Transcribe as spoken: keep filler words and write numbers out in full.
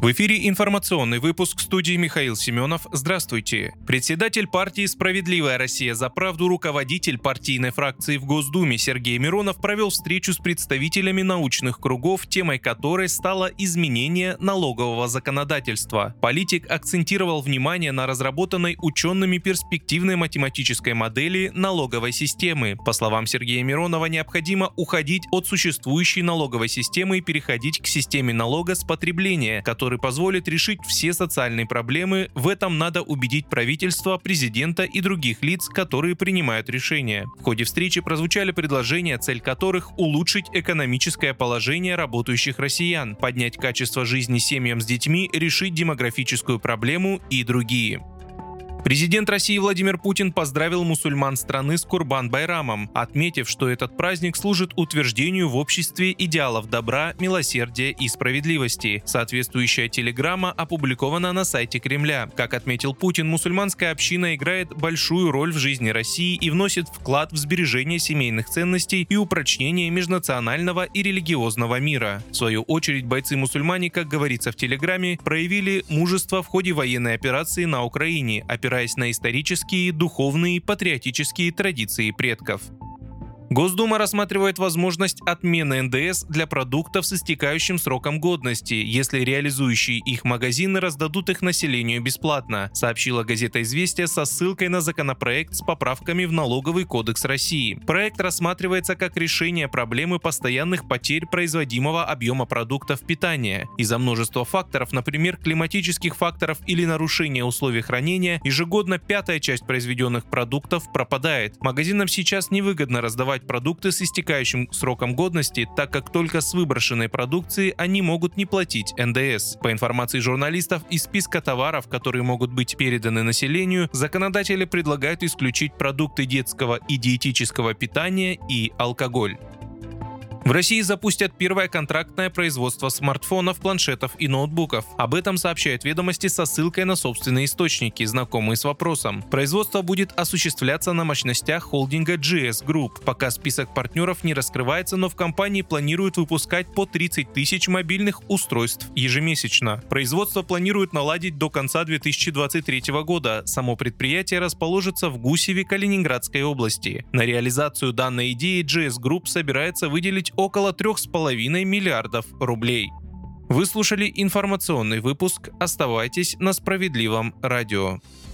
В эфире информационный выпуск, в студии Михаил Семенов. Здравствуйте. Председатель партии «Справедливая Россия за правду», руководитель партийной фракции в Госдуме Сергей Миронов провел встречу с представителями научных кругов, темой которой стало изменение налогового законодательства. Политик акцентировал внимание на разработанной учеными перспективной математической модели налоговой системы. По словам Сергея Миронова, необходимо уходить от существующей налоговой системы и переходить к системе налога с потребления, который позволит решить все социальные проблемы. В этом надо убедить правительство, президента и других лиц, которые принимают решения. В ходе встречи прозвучали предложения, цель которых – улучшить экономическое положение работающих россиян, поднять качество жизни семьям с детьми, решить демографическую проблему и другие. Президент России Владимир Путин поздравил мусульман страны с Курбан-байрамом, отметив, что этот праздник служит утверждению в обществе идеалов добра, милосердия и справедливости. Соответствующая телеграмма опубликована на сайте Кремля. Как отметил Путин, мусульманская община играет большую роль в жизни России и вносит вклад в сбережение семейных ценностей и упрочнение межнационального и религиозного мира. В свою очередь, бойцы-мусульмане, как говорится в телеграмме, проявили мужество в ходе военной операции на Украине, опираясь на исторические, духовные, патриотические традиции предков. Госдума рассматривает возможность отмены эн дэ эс для продуктов с истекающим сроком годности, если реализующие их магазины раздадут их населению бесплатно, сообщила газета «Известия» со ссылкой на законопроект с поправками в Налоговый кодекс России. Проект рассматривается как решение проблемы постоянных потерь производимого объема продуктов питания. Из-за множества факторов, например, климатических факторов или нарушения условий хранения, ежегодно пятая часть произведенных продуктов пропадает. Магазинам сейчас невыгодно раздавать продукты с истекающим сроком годности, так как только с выброшенной продукции они могут не платить эн дэ эс. По информации журналистов, из списка товаров, которые могут быть переданы населению, законодатели предлагают исключить продукты детского и диетического питания и алкоголь. В России запустят первое контрактное производство смартфонов, планшетов и ноутбуков. Об этом сообщают «Ведомости» со ссылкой на собственные источники, знакомые с вопросом. Производство будет осуществляться на мощностях холдинга джи эс Group. Пока список партнеров не раскрывается, но в компании планируют выпускать по тридцать тысяч мобильных устройств ежемесячно. Производство планируют наладить до конца две тысячи двадцать третьего года. Само предприятие расположится в Гусеве Калининградской области. На реализацию данной идеи джи эс Group собирается выделить около трех с половиной миллиардов рублей. Вы слушали информационный выпуск. Оставайтесь на Справедливом радио.